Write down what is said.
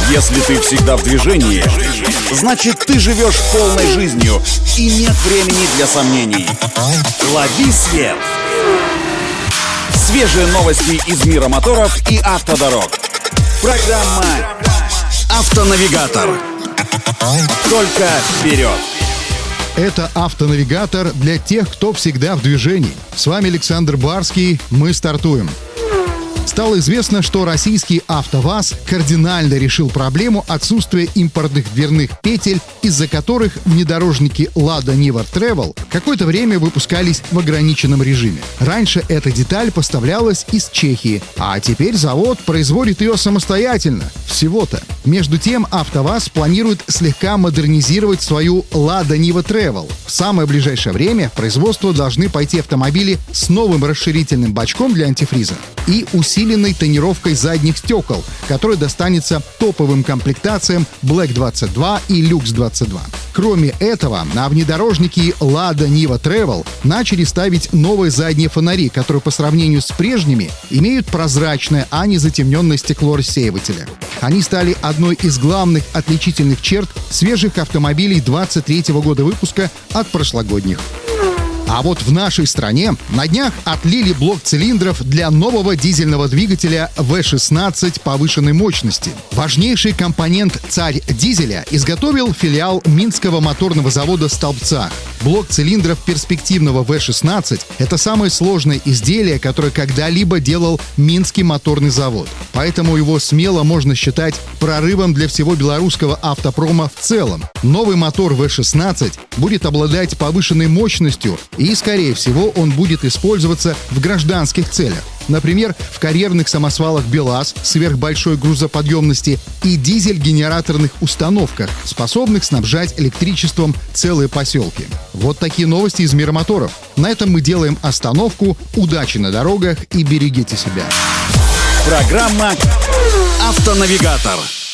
Если ты всегда в движении, значит ты живешь полной жизнью и нет времени для сомнений. Лови свет! Свежие новости из мира моторов и автодорог. Программа «Автонавигатор». Только вперед! Это «Автонавигатор» для тех, кто всегда в движении. С вами Александр Барский. Мы стартуем. Стало известно, что российский АвтоВАЗ кардинально решил проблему отсутствия импортных дверных петель, из-за которых внедорожники Lada Niva Travel какое-то время выпускались в ограниченном режиме. Раньше эта деталь поставлялась из Чехии, а теперь завод производит ее самостоятельно. Всего-то. Между тем, АвтоВАЗ планирует слегка модернизировать свою Lada Niva Travel. В самое ближайшее время в производство должны пойти автомобили с новым расширительным бачком для антифриза и усиленной тонировкой задних стекол, которая достанется топовым комплектациям Black 22 и Lux 22. Кроме этого, на внедорожники Lada Niva Travel начали ставить новые задние фонари, которые по сравнению с прежними имеют прозрачное, а не затемненное стекло рассеивателя. Они стали одной из главных отличительных черт свежих автомобилей 23-го года выпуска от прошлогодних. А вот в нашей стране на днях отлили блок цилиндров для нового дизельного двигателя V16 повышенной мощности. Важнейший компонент «Царь дизеля» изготовил филиал Минского моторного завода «Столбцах». Блок цилиндров перспективного V16 — это самое сложное изделие, которое когда-либо делал Минский моторный завод. Поэтому его смело можно считать прорывом для всего белорусского автопрома в целом. Новый мотор V16 будет обладать повышенной мощностью, и, скорее всего, он будет использоваться в гражданских целях. Например, в карьерных самосвалах БелАЗ сверхбольшой грузоподъемности и дизель-генераторных установках, способных снабжать электричеством целые поселки. Вот такие новости из мира моторов. На этом мы делаем остановку. Удачи на дорогах и берегите себя. Программа «Автонавигатор».